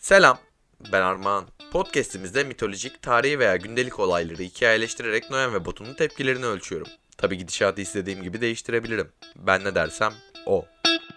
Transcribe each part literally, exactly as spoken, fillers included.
Selam, ben Armağan. Podcast'imizde mitolojik, tarihi veya gündelik olayları hikayeleştirerek Noyan ve Batu'nun tepkilerini ölçüyorum. Tabii gidişatı istediğim gibi değiştirebilirim. Ben ne dersem o.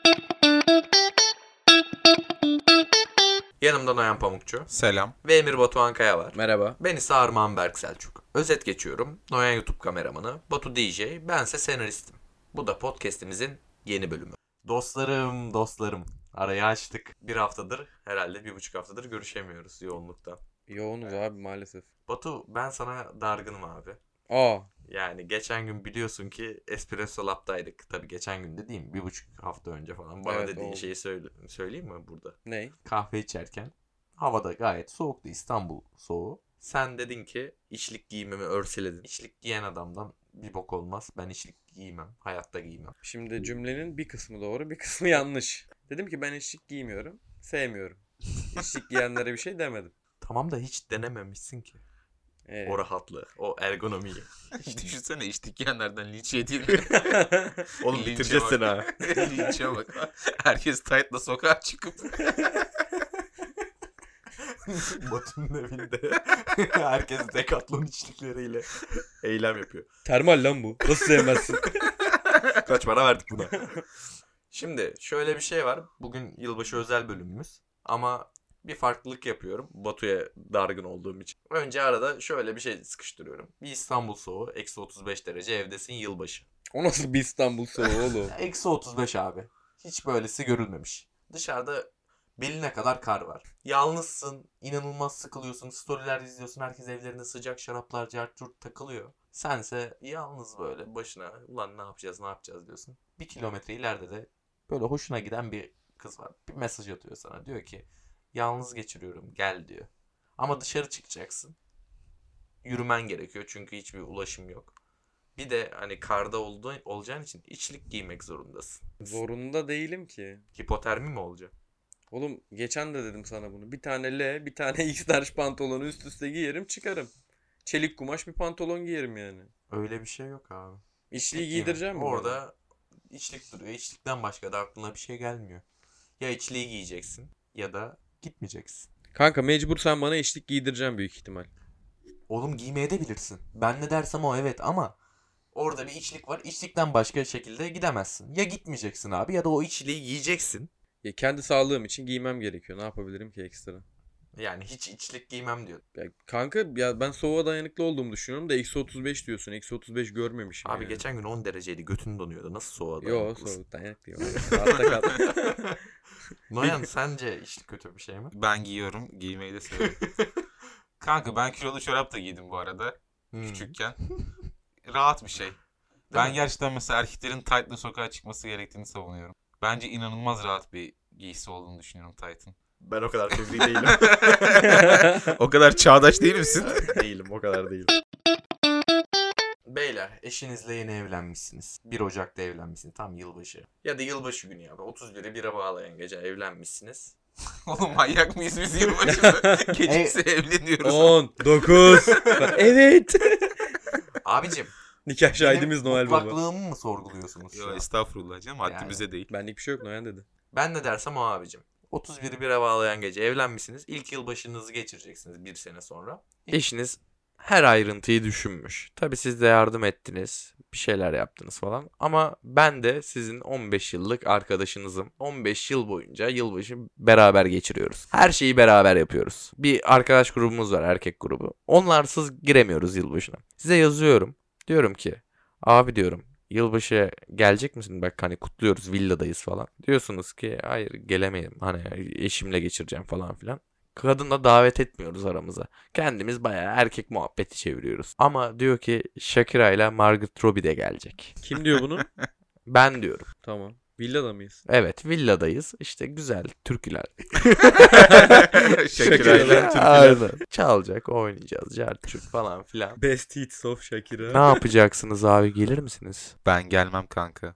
Yanımda Noyan Pamukçu. Selam. Ve Emir Batuhan Kaya var. Merhaba. Ben ise Armağan Berk Selçuk. Özet geçiyorum. Noyan YouTube kameramanı, Batu D J, bense senaristim. Bu da podcast'imizin yeni bölümü. Dostlarım, dostlarım. Arayı açtık. Bir haftadır, herhalde bir buçuk haftadır görüşemiyoruz yoğunluktan. Yoğunuz abi maalesef. Batu, ben sana dargınım abi. Aa. Yani geçen gün biliyorsun ki Espresso Lab'daydık. Tabii geçen gün de değil mi? Bir buçuk hafta önce falan. Bana Evet, dediğin oldu. şeyi söyle, söyleyeyim mi burada? Ney? Kahve içerken havada gayet soğuktu, İstanbul soğuğu. Sen dedin ki içlik giymemi örseledin. İçlik giyen adamdan bir bok olmaz. Ben içlik giymem. Hayatta giymem. Şimdi cümlenin bir kısmı doğru, bir kısmı yanlış. Dedim ki ben eşlik giymiyorum, sevmiyorum. Eşlik giyenlere bir şey demedim. Tamam da hiç denememişsin ki. Ee. O rahatlığı, o ergonomiyi. Düşünsene içtik yiyenlerden linç yediğini. Oğlum Linçe bitireceğiz bak. seni ha. Linçe bak. Herkes tight'la sokağa çıkıp. Batu'nun evinde herkes Decathlon içlikleriyle eylem yapıyor. Termal lan bu. Nasıl sevmezsin? Kaç para verdik buna? Şimdi şöyle bir şey var. Bugün yılbaşı özel bölümümüz. Ama bir farklılık yapıyorum. Batu'ya dargın olduğum için. Önce arada şöyle bir şey sıkıştırıyorum. Bir İstanbul soğuğu. Eksi otuz beş derece evdesin yılbaşı. O nasıl bir İstanbul soğuğu oğlum? Eksi otuz beş abi. Hiç böylesi görülmemiş. Dışarıda beline kadar kar var. Yalnızsın. İnanılmaz sıkılıyorsun. Storyler izliyorsun. Herkes evlerinde sıcak şaraplar cart curt takılıyor. Sense yalnız böyle başına ulan ne yapacağız ne yapacağız diyorsun. Bir kilometre ileride de böyle hoşuna giden bir kız var. Bir mesaj atıyor sana. Diyor ki yalnız geçiriyorum gel diyor. Ama dışarı çıkacaksın. Yürümen gerekiyor çünkü hiçbir ulaşım yok. Bir de hani karda olduğu, olacağın için içlik giymek zorundasın. Zorunda değilim ki. Hipotermi mi olacak? Oğlum geçen de dedim sana bunu. Bir tane L, bir tane X-large pantolonu üst üste giyerim çıkarım. Çelik kumaş bir pantolon giyerim yani. Öyle bir şey yok abi. İçliği Giyme. giydireceğim mi? bana? Orada içlik duruyor. İçlikten başka da aklına bir şey gelmiyor. Ya içliği giyeceksin ya da gitmeyeceksin. Kanka mecbur sen bana eşlik giydireceğim büyük ihtimal. Oğlum giymeye de bilirsin. Ben ne dersem o evet ama orada bir içlik var. İçlikten başka şekilde gidemezsin. Ya gitmeyeceksin abi ya da o içliği giyeceksin. Ya kendi sağlığım için giymem gerekiyor. Ne yapabilirim ki ekstra? Yani hiç içlik giymem diyor. Ya kanka ya ben soğuğa dayanıklı olduğumu düşünüyorum da eksi otuz beş diyorsun. Eksi otuz beş görmemişim Abi yani. geçen gün on dereceydi. Götün donuyordu. Nasıl soğuğa Yo dayanıklısın? soğuk dayanıklı yok. Hatta kal. Noyan sence içlik kötü bir şey mi? Ben giyiyorum. Giymeyi de seviyorum. Kanka ben kilolu çorap da giydim bu arada. Hmm. Küçükken. Rahat bir şey. Ben mi? gerçekten mesela erkeklerin tight'la sokağa çıkması gerektiğini savunuyorum. Bence inanılmaz rahat bir giysi olduğunu düşünüyorum tight'ın. Ben o kadar fevri değilim. O kadar çağdaş değil misin? Değilim o kadar değilim. Beyler eşinizle yeni evlenmişsiniz. bir Ocak'ta evlenmişsiniz tam yılbaşı. Ya da yılbaşı günü ya da otuz bire bira bağlayan gece evlenmişsiniz. Oğlum manyak mıyız biz yılbaşında? Gecesi evleniyoruz. on, dokuz. Evet. Abicim. Nikah şahidimiz benim Noel Baba. mutlaklığımı mı sorguluyorsunuz şu Yo an? estağfurullah canım haddimize Yani. değil. Benlik bir şey yok Noyan dedi. Ben ne dersem o abicim. otuz biri bire bağlayan gece evlenmişsiniz. İlk yılbaşınızı geçireceksiniz bir sene sonra. Eşiniz her ayrıntıyı düşünmüş. Tabii siz de yardım ettiniz. Bir şeyler yaptınız falan. Ama ben de sizin on beş yıllık arkadaşınızım. on beş yıl boyunca yılbaşı beraber geçiriyoruz. Her şeyi beraber yapıyoruz. Bir arkadaş grubumuz var, erkek grubu. Onlarsız giremiyoruz yılbaşına. Size yazıyorum. Diyorum ki abi diyorum yılbaşı gelecek misin? Bak hani kutluyoruz villadayız falan. Diyorsunuz ki hayır gelemeyiz. Hani eşimle geçireceğim falan filan. Kadınla davet etmiyoruz aramıza. Kendimiz bayağı erkek muhabbeti çeviriyoruz. Ama diyor ki Shakira ile Margot Robbie de gelecek. Kim diyor bunu? Ben diyorum. Tamam. Villada mıyız? Evet villadayız. İşte güzel türküler. Shakira ile türküler. Aynen. Çalacak, oynayacağız, cartçuk falan filan. Best hits of Shakira. Ne yapacaksınız abi gelir misiniz? Ben gelmem kanka.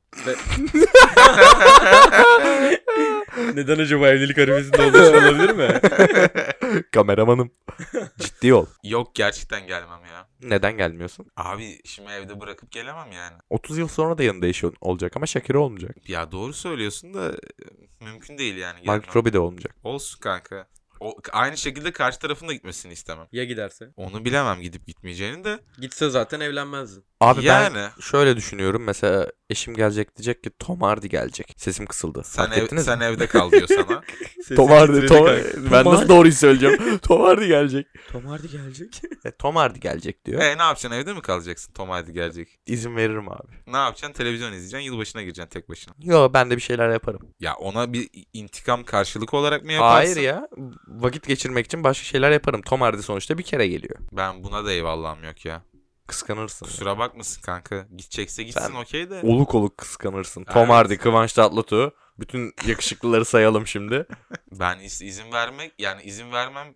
Neden acaba evlilik arifesinde olduğu için olabilir mi? Kameramanım. Ciddi ol. Yok gerçekten gelmem ya. Neden gelmiyorsun? Abi şimdi evde bırakıp gelemem yani. otuz yıl sonra da yanında eşi olacak ama Shakira olmayacak. Ya doğru söylüyorsun da e, mümkün değil yani. Margot gelmem. Robbie de olmayacak. Olsun kanka. O, aynı şekilde karşı tarafın da gitmesini istemem. Ya giderse? Onu bilemem gidip gitmeyeceğini de. Gitse zaten evlenmezdin. Abi Yani. ben şöyle düşünüyorum. Mesela eşim gelecek diyecek ki Tom Hardy gelecek. Sesim kısıldı. Sen, Fark ev, ettiniz sen mi? evde kal diyor sana. Tom Hardy. Tom, ben Tom nasıl doğruyu söyleyeceğim? Tom Hardy gelecek. Tom Hardy gelecek. E, Tom Hardy gelecek diyor. E ne yapacaksın, evde mi kalacaksın? Tom Hardy gelecek. İzin veririm abi. Ne yapacaksın? Televizyon izleyeceksin, yılbaşına gireceksin tek başına. Yo, ben de bir şeyler yaparım. Ya ona bir intikam karşılık olarak mı yaparsın? Hayır ya. Vakit geçirmek için başka şeyler yaparım. Tom Hardy sonuçta bir kere geliyor. Ben buna da eyvallahım yok ya. Kıskanırsın. ya. Kusura bakmasın kanka. Gidecekse gitsin, Sen- okey de. Oluk oluk kıskanırsın. Tom Evet. Hardy, Kıvanç Tatlıtuğ. Bütün yakışıklıları sayalım şimdi. Ben iz- izin vermek yani izin vermem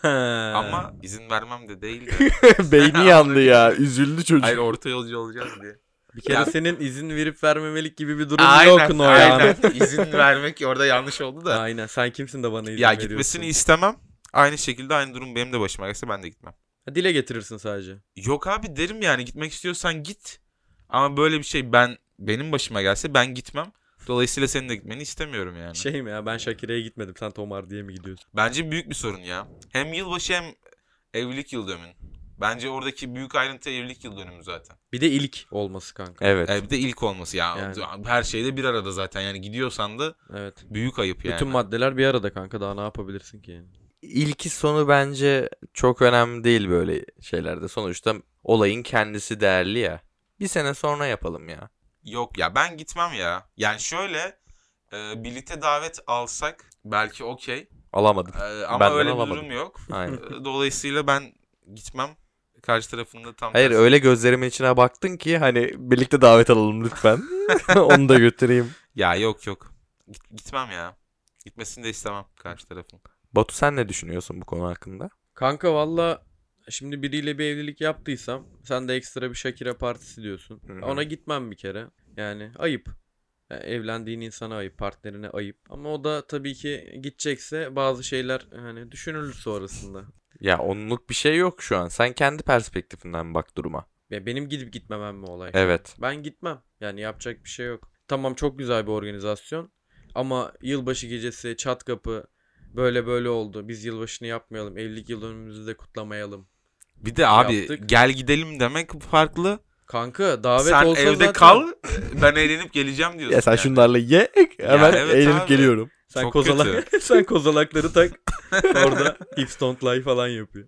ama izin vermem de değil de. Beyni yandı ya. Üzüldü çocuk. Hayır, orta yolcu olacağız diye. Bir kere Ya- senin izin verip vermemelik gibi bir durum Aynen, yok Noyan. aynen. İzin vermek orada yanlış oldu da. Aynen. Sen kimsin de bana izin Ya veriyorsun? gitmesini istemem. Aynı şekilde aynı durum benim de başıma gelse ben de gitmem. Ha, dile getirirsin sadece. Yok abi, derim yani gitmek istiyorsan git. Ama böyle bir şey ben benim başıma gelse ben gitmem. Dolayısıyla senin de gitmeni istemiyorum yani. Şey mi ya, ben Şakire'ye gitmedim. Sen Tom Hardy'ye mi gidiyorsun? Bence büyük bir sorun ya. Hem yılbaşı hem evlilik yıl dönümün. Bence oradaki büyük ayrıntı evlilik yıl dönümü zaten. Bir de ilk olması kanka. Evet. E bir de ilk olması ya. Yani. Her şeyde bir arada zaten. Yani gidiyorsan da Evet. büyük ayıp yani. Bütün maddeler bir arada kanka. Daha ne yapabilirsin ki yani? İlki sonu bence çok önemli değil böyle şeylerde. Sonuçta olayın kendisi değerli ya. Bir sene sonra yapalım ya. Yok ya, ben gitmem ya. Yani şöyle e, birlikte davet alsak belki okey. Alamadım. E, ama Benden öyle bir alamadım. durum yok. Aynen. E, Dolayısıyla ben gitmem. Karşı tarafında tam Hayır, tersi. öyle gözlerimin içine baktın ki hani birlikte davet alalım lütfen. Onu da götüreyim. Ya yok yok. Git, gitmem ya. Gitmesini de istemem karşı tarafın. Batu, sen ne düşünüyorsun bu konu hakkında? Kanka valla şimdi biriyle bir evlilik yaptıysam sen de ekstra bir Şakire partisi diyorsun. Hı hı. Ona gitmem bir kere. Yani ayıp. Yani evlendiğin insana ayıp, partnerine ayıp. Ama o da tabii ki gidecekse bazı şeyler hani düşünülür sonrasında. Ya onluk bir şey yok şu an. Sen kendi perspektifinden bak duruma. Ya benim gidip gitmemem mi olay? Evet. Ben gitmem. Yani yapacak bir şey yok. Tamam, çok güzel bir organizasyon. Ama yılbaşı gecesi çat kapı böyle böyle oldu. Biz yılbaşını yapmayalım. Evlilik yıl dönümümüzü de kutlamayalım. Bir de abi Yaptık. gel gidelim demek farklı. Kanka davet Sen olsa evde zaten... kal, ben eğlenip geleceğim diyorsun. Ya sen yani. şunlarla ye. Hemen evet eğlenip abi. geliyorum. Sen Çok kozalak sen kozalakları tak. Orada hips don't lie falan yapıyor.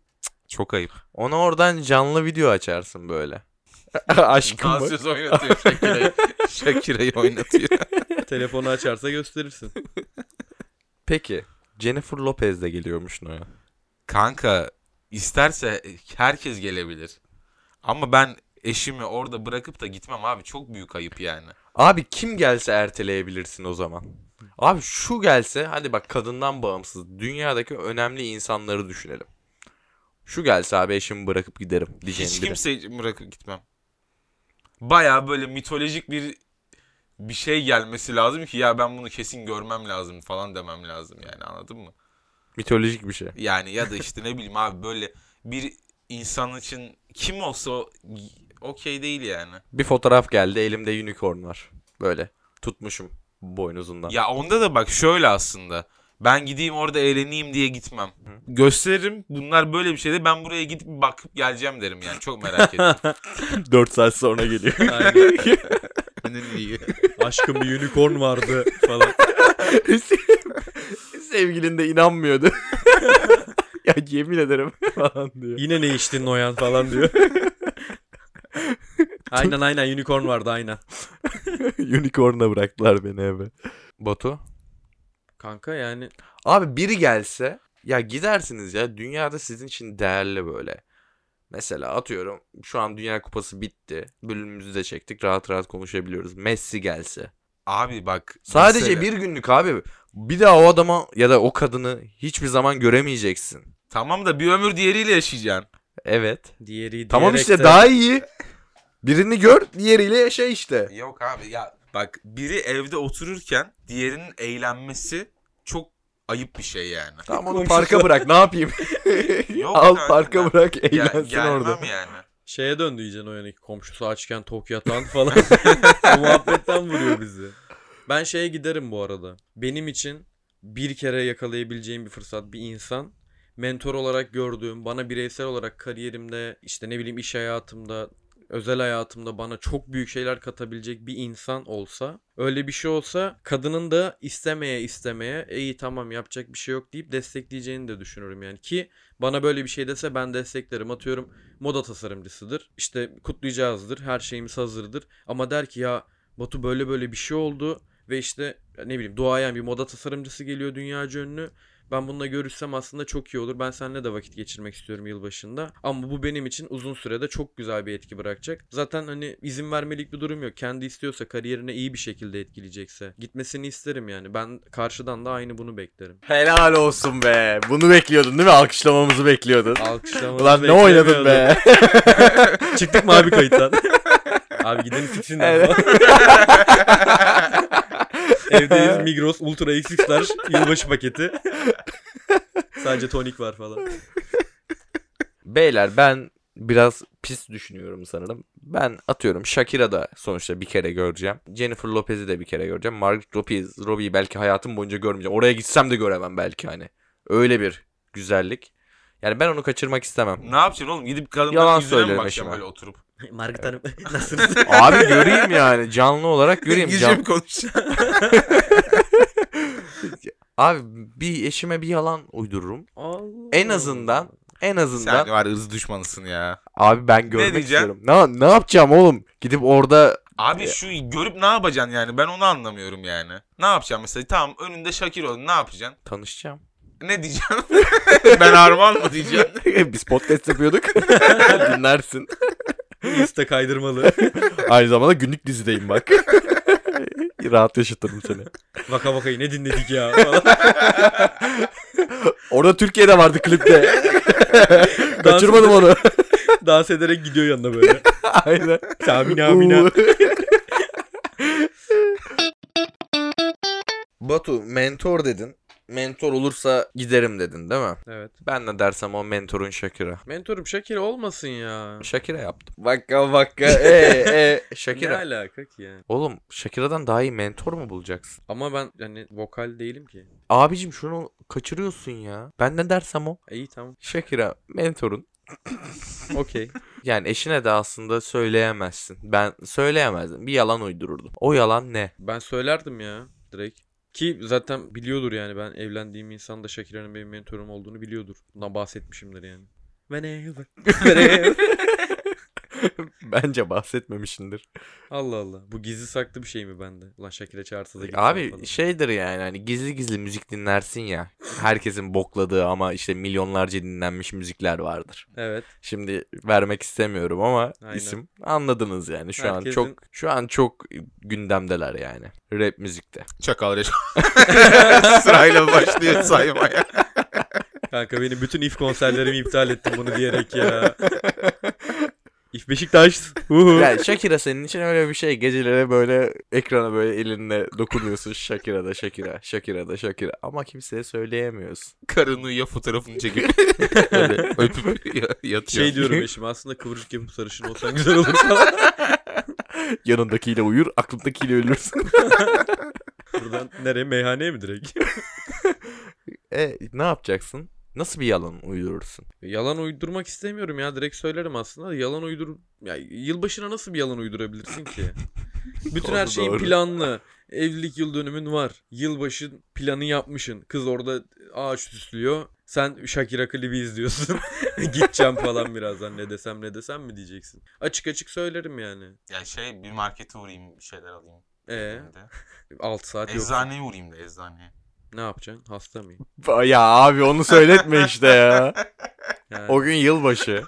Çok ayıp. Ona oradan canlı video açarsın böyle. Aşkım bak. Dansöz oynatıyor Şakire'yi. Şakire'yi oynatıyor. Telefonu açarsa gösterirsin. Peki. Jennifer Lopez de geliyormuş Noya. Kanka isterse herkes gelebilir. Ama ben eşimi orada bırakıp da gitmem abi. Çok büyük ayıp yani. Abi kim gelse erteleyebilirsin o zaman. Abi şu gelse, hadi bak kadından bağımsız dünyadaki önemli insanları düşünelim. Şu gelse abi eşimi bırakıp giderim diyeceğin Hiç biri. kimseyi bırakıp gitmem. Baya böyle mitolojik bir bir şey gelmesi lazım ki ya ben bunu kesin görmem lazım falan demem lazım yani, anladın mı? Mitolojik bir şey. Yani ya da işte ne bileyim abi, böyle bir insan için kim olsa o- okey değil yani. Bir fotoğraf geldi, elimde unicorn var. Böyle tutmuşum boynuzundan. Ya onda da bak şöyle aslında. Ben gideyim orada eğleneyim diye gitmem. Gösteririm bunlar böyle bir şeyde, ben buraya gidip bakıp geleceğim derim yani. Çok merak ettim. dört saat sonra geliyor. Aynen. Önemli. Aşkım bir unicorn vardı falan. Sevgilin de inanmıyordu. Ya yemin ederim falan diyor. Yine ne içtin Noyan falan diyor. Aynen aynen unicorn vardı aynen. Unicorn'a bıraktılar beni eve. Batu? Kanka yani Abi biri gelse ya gidersiniz ya, dünyada sizin için değerli böyle. Mesela atıyorum şu an Dünya Kupası bitti. Bölümümüzü de çektik, rahat rahat konuşabiliyoruz. Messi gelse. Abi bak. Sadece mesela- bir günlük abi. Bir daha o adama ya da o kadını hiçbir zaman göremeyeceksin. Tamam da bir ömür diğeriyle yaşayacaksın. Evet. diğeri Tamam diyerek işte de- daha iyi. Birini gör, diğeriyle yaşa işte. Yok abi ya bak, biri evde otururken diğerinin eğlenmesi çok ayıp bir şey yani. Tamam onu Komşusu- parka bırak, ne yapayım? Yok Al kanka, parka ben- bırak, Gel, eğlensin gelmem orada. yani. Şeye döndü iyice Noyan'ın komşusu açken tok yatan falan. O muhabbetten vuruyor bizi. Ben şeye giderim bu arada. Benim için bir kere yakalayabileceğim bir fırsat, bir insan. Mentor olarak gördüğüm, bana bireysel olarak kariyerimde, işte ne bileyim iş hayatımda, özel hayatımda bana çok büyük şeyler katabilecek bir insan olsa, öyle bir şey olsa kadının da istemeye istemeye iyi tamam yapacak bir şey yok deyip destekleyeceğini de düşünüyorum yani. Ki bana böyle bir şey dese ben desteklerim. Atıyorum moda tasarımcısıdır, işte kutlayacağızdır, her şeyimiz hazırdır ama der ki ya Batu böyle böyle bir şey oldu ve işte ne bileyim duayen bir moda tasarımcısı geliyor dünyaca ünlü. Ben bununla görüşsem aslında çok iyi olur. Ben seninle de vakit geçirmek istiyorum yılbaşında. Ama bu benim için uzun sürede çok güzel bir etki bırakacak. Zaten hani izin vermelik bir durum yok. Kendi istiyorsa, kariyerine iyi bir şekilde etkileyecekse gitmesini isterim yani. Ben karşıdan da aynı bunu beklerim. Helal olsun be. Bunu bekliyordun değil mi? Alkışlamamızı bekliyordun. Alkışlamanızı Ulan ne oynadın be? Çıktık mı abi kayıttan? Abi gidelim siksinler Evet. falan. Evdeyiz, Migros Ultra X X Large yılbaşı paketi. Sadece tonik var falan. Beyler ben biraz pis düşünüyorum sanırım. Ben atıyorum Shakira'da sonuçta bir kere göreceğim. Jennifer Lopez'i de bir kere göreceğim. Margot Robbie, Robbie'yi belki hayatım boyunca görmeyeceğim. Oraya gitsem de göremem belki hani. Öyle bir güzellik. Yani ben onu kaçırmak istemem. Ne yapacaksın oğlum? Gidip Yalan kadınların yüzüne mi söylerim bakacaksın eşime. böyle oturup? Margaret Hanım nasılsınız? Abi göreyim yani. Canlı olarak göreyim. İngilizce mi Can... konuşacaksın? Abi bir eşime bir yalan uydururum. Allah. En azından en azından Sen var ırz düşmanısın ya. abi ben görmek diyeceksin? istiyorum. Ne, ne yapacağım oğlum? Gidip orada Abi şu görüp ne yapacaksın yani? Ben onu anlamıyorum yani. Ne yapacaksın mesela? Tamam önünde Şakir oldu. Ne yapacaksın? tanışacağım. Ne diyeceksin? Ben Arman mı diyeceksin? Biz podcast yapıyorduk. Dinlersin. Insta kaydırmalı. Aynı zamanda günlük dizideyim bak. Rahat yaşatırım seni. Vaka vakayı ne dinledik ya falan. Orada Türkiye'de vardı klipte. Kaçırmadım onu. Dans ederek gidiyor yanına böyle. Aynen. Tamina amina. Batu mentor dedin. Mentor olursa giderim dedin değil mi? Evet. Ben ne dersem o mentorun Shakira. Mentorum Şakir olmasın ya. Shakira yaptım. Vakka vakka e e Ne Shakira. alaka ki yani? Oğlum Shakira'dan daha iyi mentor mu bulacaksın? Ama ben yani vokal değilim ki. Abicim şunu kaçırıyorsun ya. Ben ne dersem o. E, İyi tamam. Shakira mentorun. Okey. Yani eşine de aslında söyleyemezsin. Ben söyleyemezdim. Bir yalan uydururdum. O yalan ne? Ben söylerdim ya direkt. Ki zaten biliyordur yani ben evlendiğim insan da Şakira'nın benim mentorum olduğunu biliyordur. Bundan bahsetmişimdir yani. Whenever. Whenever. Bence bahsetmemişindir. Allah Allah. Bu gizli saklı bir şey mi bende? Ulan Şakir'e çağırsa da gitsem Abi falan. şeydir yani hani gizli gizli müzik dinlersin ya. Herkesin bokladığı ama işte milyonlarca dinlenmiş müzikler vardır. Evet. Şimdi vermek istemiyorum ama Aynen. isim anladınız yani. Şu an Herkesin- çok şu an çok gündemdeler yani. Rap müzikte. Çakal Reşo. Sırayla başlıyor saymaya. Kanka benim bütün if konserlerimi iptal ettim bunu diyerek ya. İf Beşiktaş. Uhu. Yani Shakira senin için öyle bir şey. Geceleri böyle ekrana böyle elinle dokunuyorsun. Shakira'da Shakira, Shakira'da Shakira. Ama kimseye söyleyemiyorsun. Karın uyuyor fotoğrafını çekip böyle öpüp ya- yatıyor. Şey diyorum eşime aslında kıvırcık yapıp sarışın olsan güzel olur falan. Yanındakiyle uyur, aklındakiyle ölürsün. Buradan nereye? Meyhaneye mi direkt? E ne yapacaksın? Nasıl bir yalan uydurursun? Yalan uydurmak istemiyorum ya. Direkt söylerim aslında. Yalan uydur... Ya yılbaşına nasıl bir yalan uydurabilirsin ki? Bütün her Doğru, şeyin doğru. planlı. Evlilik yıl dönümün var. Yılbaşı planı yapmışsın. Kız orada ağaç süslüyor. Sen Shakira klibi izliyorsun. Gideceğim falan birazdan. Ne desem ne desem mi diyeceksin. Açık açık söylerim yani. Ya şey bir markete uğrayayım bir şeyler alayım. Ee, Elimde. altı saat yok. Eczaneye uğrayayım da eczaneye. Ne yapacaksın? Hasta mıyım? Ya abi onu söyletme işte ya. Yani, O gün yılbaşı.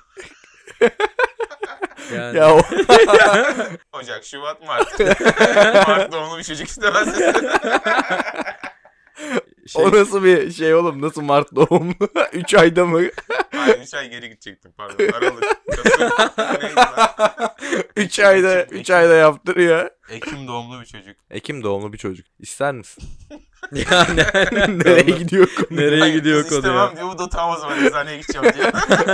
yani. Ya o... Ocak, Şubat, Mart. Mart doğumlu bir çocuk istemezsin. şey, O nasıl bir şey oğlum? Nasıl Mart doğumlu? üç ayda mı? Hayır üç ay geri gidecektim pardon. Aralık. Kasım. Neydi lan? üç ayda üç ayda yaptırıyor. Ekim doğumlu bir çocuk. Ekim doğumlu bir çocuk. İster misin? ya ne Nereye gidiyor konu? Nereye Hayır, gidiyor kız konu istemem ya? diyor. Bu da tamam o zaman eczaneye gideceğim diyor.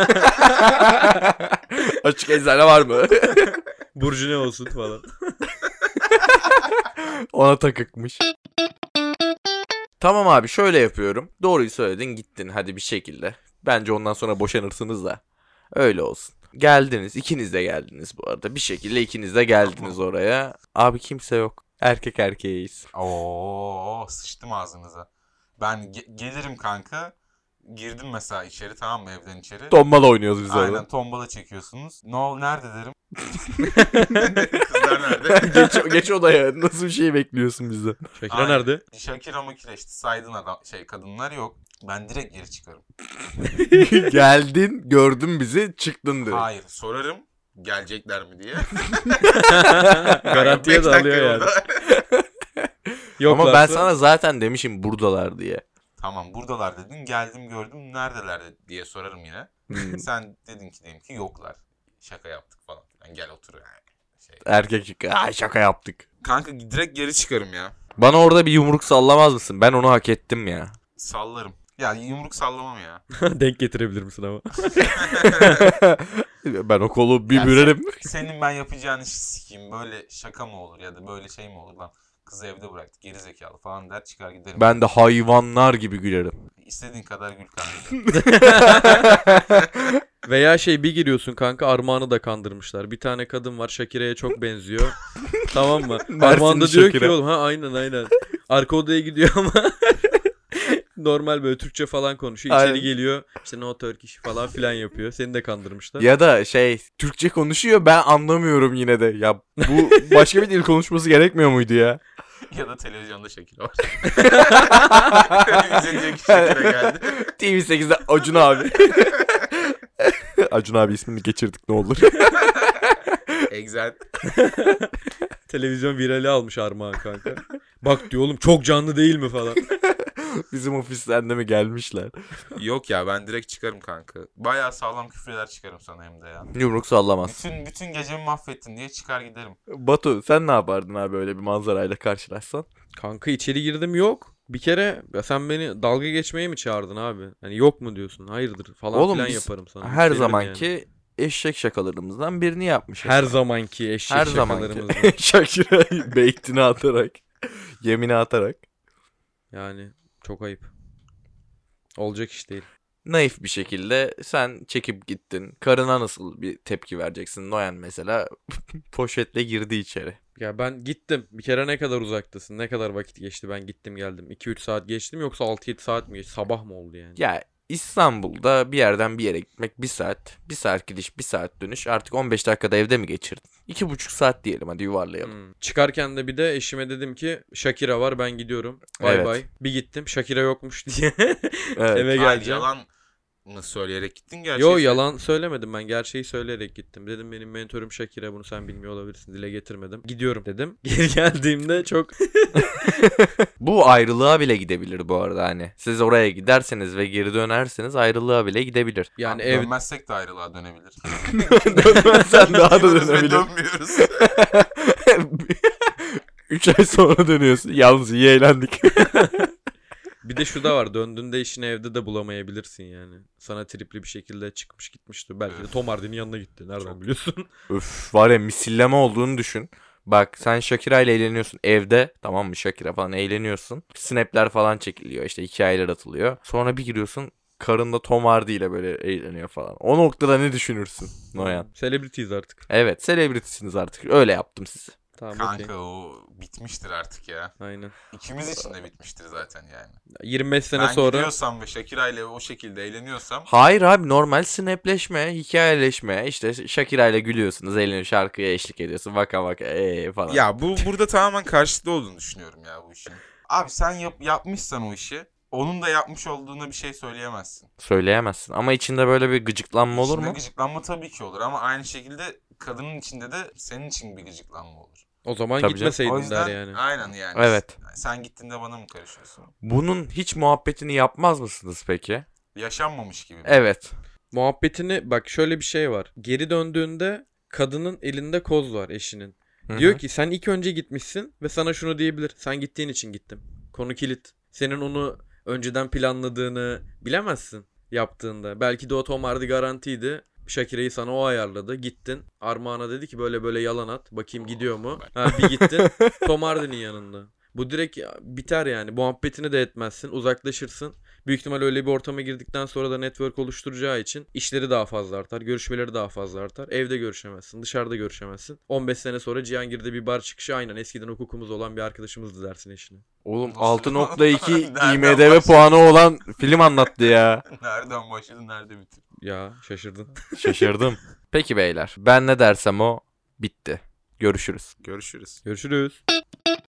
Açık eczane var mı? Burcu ne olsun falan. Ona takıkmış. Tamam abi şöyle yapıyorum. Doğruyu söyledin gittin hadi bir şekilde. Bence ondan sonra boşanırsınız da. Öyle olsun. Geldiniz. İkiniz de geldiniz bu arada. Bir şekilde ikiniz de geldiniz oraya. Abi kimse yok. Erkek erkeğiz. Oo, sıçtım ağzınıza. Ben ge- gelirim kanka. Girdim mesela içeri, tamam mı, evden içeri. Tombala oynuyoruz biz Aynen orada. tombala çekiyorsunuz. Ne ol nerede derim. Kızlar nerede? geç, geç odaya. Nasıl bir şey bekliyorsun bizden? Şakira Aynen. nerede? Shakira makira işte saydın adam şey kadınlar yok. Ben direkt geri çıkarım. Geldin, gördün bizi, çıktın direkt. Hayır, sorarım gelecekler mi diye. Garantiye Beş de dakika alıyor yani. yolda. Ama ben Yoklarsa- sana zaten demişim buradalar diye. Tamam buradalar dedin, geldim gördüm, neredeler diye sorarım yine. Hmm. Sen dedin ki diyelim ki yoklar. Şaka yaptık falan. Yani gel otur yani. Şey. Erkek çıktı. Ay şaka yaptık. Kanka direkt geri çıkarım ya. Bana orada bir yumruk sallamaz mısın? Ben onu hak ettim ya. Sallarım. Ya yumruk sallamam ya. Denk getirebilir misin ama? Ben o kolu bir Yani bürerim. Senin ben yapacağın işi sikeyim. Böyle şaka mı olur ya da böyle şey mi olur lan? Kızı evde bıraktık geri zekalı falan der çıkar giderim. Ben de hayvanlar gibi gülerim. İstediğin kadar gül kanka. Veya şey bir giriyorsun kanka, Armağan'ı da kandırmışlar. Bir tane kadın var, Shakira'ya çok benziyor. Tamam mı? Armağan da diyor ki Shakira. oğlum ha aynen aynen. Arka odaya gidiyor ama normal böyle Türkçe falan konuşuyor. İçeri Aynen. geliyor. İşte no Turkish falan filan yapıyor. Seni de kandırmışlar. Ya da şey Türkçe konuşuyor ben anlamıyorum yine de. Ya bu başka bir dil konuşması gerekmiyor muydu ya? Ya da televizyonda Shakira var. İzleyecek Shakira geldi. T V sekizde Acun abi. Acun abi ismini geçirdik ne olur. Exact. Televizyon virali almış Armağan kanka. Bak diyor oğlum çok canlı değil mi falan. Bizim ofisten de mi gelmişler? Yok ya ben direkt çıkarım kanka. Bayağı sağlam küfürler çıkarım sana hem de ya. Yumruk sallamaz. Bütün bütün gecemi mahvettin diye çıkar giderim. Batu sen ne yapardın abi öyle bir manzarayla karşılaşsan? Kanka içeri girdim yok. Bir kere ya sen beni dalga geçmeye mi çağırdın abi? Hani yok mu diyorsun? Hayırdır falan Oğlum filan biz yaparım sana. Her Yükselirim zamanki yani. eşek şakalarımızdan birini yapmışız. Her zamanki eşek Her zamanki. şakalarımızdan. Shakira beytini atarak, yemini atarak. Yani çok ayıp. Olacak iş değil. Naif bir şekilde sen çekip gittin. Karına nasıl bir tepki vereceksin? Noyan mesela poşetle girdi içeri. Ya ben gittim. Bir kere ne kadar uzaktasın? Ne kadar vakit geçti? Ben gittim geldim. iki üç saat geçti mi yoksa altı yedi saat mi geçti? Sabah mı oldu yani? Ya İstanbul'da bir yerden bir yere gitmek bir saat. Bir saat gidiş bir saat dönüş. Artık on beş dakikada evde mi geçirdin? iki buçuk saat diyelim hadi yuvarlayalım. Hmm. Çıkarken de bir de eşime dedim ki Shakira var ben gidiyorum. Bay Evet. bay. Bir gittim Shakira yokmuş diye. Evet. Eve Hayır, geleceğim. yalan mı söyleyerek gittin gerçekten? Yo yalan söylemedim, ben gerçeği söyleyerek gittim. Dedim benim mentorum Shakira, bunu sen bilmiyor olabilirsin, dile getirmedim. Gidiyorum dedim. Geri geldiğimde çok Bu ayrılığa bile gidebilir bu arada hani. Siz oraya giderseniz ve geri dönerseniz ayrılığa bile gidebilir. yani Abi ev Dönmezsek de ayrılığa dönebilir. Dönmezsen daha da Gidiyoruz ve dönebilir. dönmüyoruz. üç ay sonra dönüyorsun. Yalnız iyi eğlendik. bir de şu da var, döndüğünde işini evde de bulamayabilirsin yani. Sana tripli bir şekilde çıkmış gitmişti. Belki de Tom Hardy'nin yanına gitti. Nereden Çok. biliyorsun? Öf var ya misilleme olduğunu düşün. Bak sen Shakira ile eğleniyorsun evde, tamam mı, Shakira falan eğleniyorsun. Snapler falan çekiliyor işte, hikayeler atılıyor. Sonra bir giriyorsun karın da Tom Hardy ile böyle eğleniyor falan. O noktada ne düşünürsün Noyan? Celebrities artık. Evet celebritisiniz artık, öyle yaptım sizi. Tamam okey. Kanka o bitmiştir artık ya. Aynen. İkimiz için de bitmiştir zaten yani. yirmi beş sene Ben sonra gidiyorsam ve Shakira ile o şekilde eğleniyorsam Hayır abi, normal snapleşme, hikayeleşme, işte Shakira ile gülüyorsunuz, eğleniyor, şarkıya eşlik ediyorsun, vaka vaka eee falan. ya bu burada tamamen karşılıklı olduğunu düşünüyorum ya bu işin. Abi sen yap, yapmışsan o işi, onun da yapmış olduğuna bir şey söyleyemezsin. Söyleyemezsin ama içinde böyle bir gıcıklanma olur İçinde mu? gıcıklanma tabii ki olur ama aynı şekilde kadının içinde de senin için bir gıcıklanma olur. o zaman Tabii gitmeseydin O yüzden der yani. aynen yani. Evet. Sen gittiğinde bana mı karışıyorsun? Bunun hiç muhabbetini yapmaz mısınız peki? Yaşanmamış gibi. Evet. Muhabbetini bak, şöyle bir şey var. Geri döndüğünde kadının elinde koz var, eşinin. Hı-hı. Diyor ki sen ilk önce gitmişsin ve sana şunu diyebilir. Sen gittiğin için gittim. Konu kilit. Senin onu önceden planladığını bilemezsin yaptığında. Belki de o Tom Hardy garantiydi. Shakira'yı sana o ayarladı. Gittin. Armağan'a dedi ki böyle böyle yalan at. Bakayım gidiyor mu? Ha bir gittin. Tom Hardy'nin yanında. Bu direkt ya- biter yani. Muhabbetini de etmezsin. Uzaklaşırsın. Büyük ihtimal öyle bir ortama girdikten sonra da network oluşturacağı için işleri daha fazla artar. Görüşmeleri daha fazla artar. Evde görüşemezsin. Dışarıda görüşemezsin. on beş sene sonra Cihangir'de bir bar çıkışı aynen eskiden hukukumuz olan bir arkadaşımızdı dersin eşine. Oğlum Nasıl? altı nokta iki Nereden IMDb başladın? puanı olan film anlattı ya. Nereden başladı, nerede bitti? Ya şaşırdın. Şaşırdım. Peki beyler. Ben ne dersem o bitti. Görüşürüz. Görüşürüz. Görüşürüz.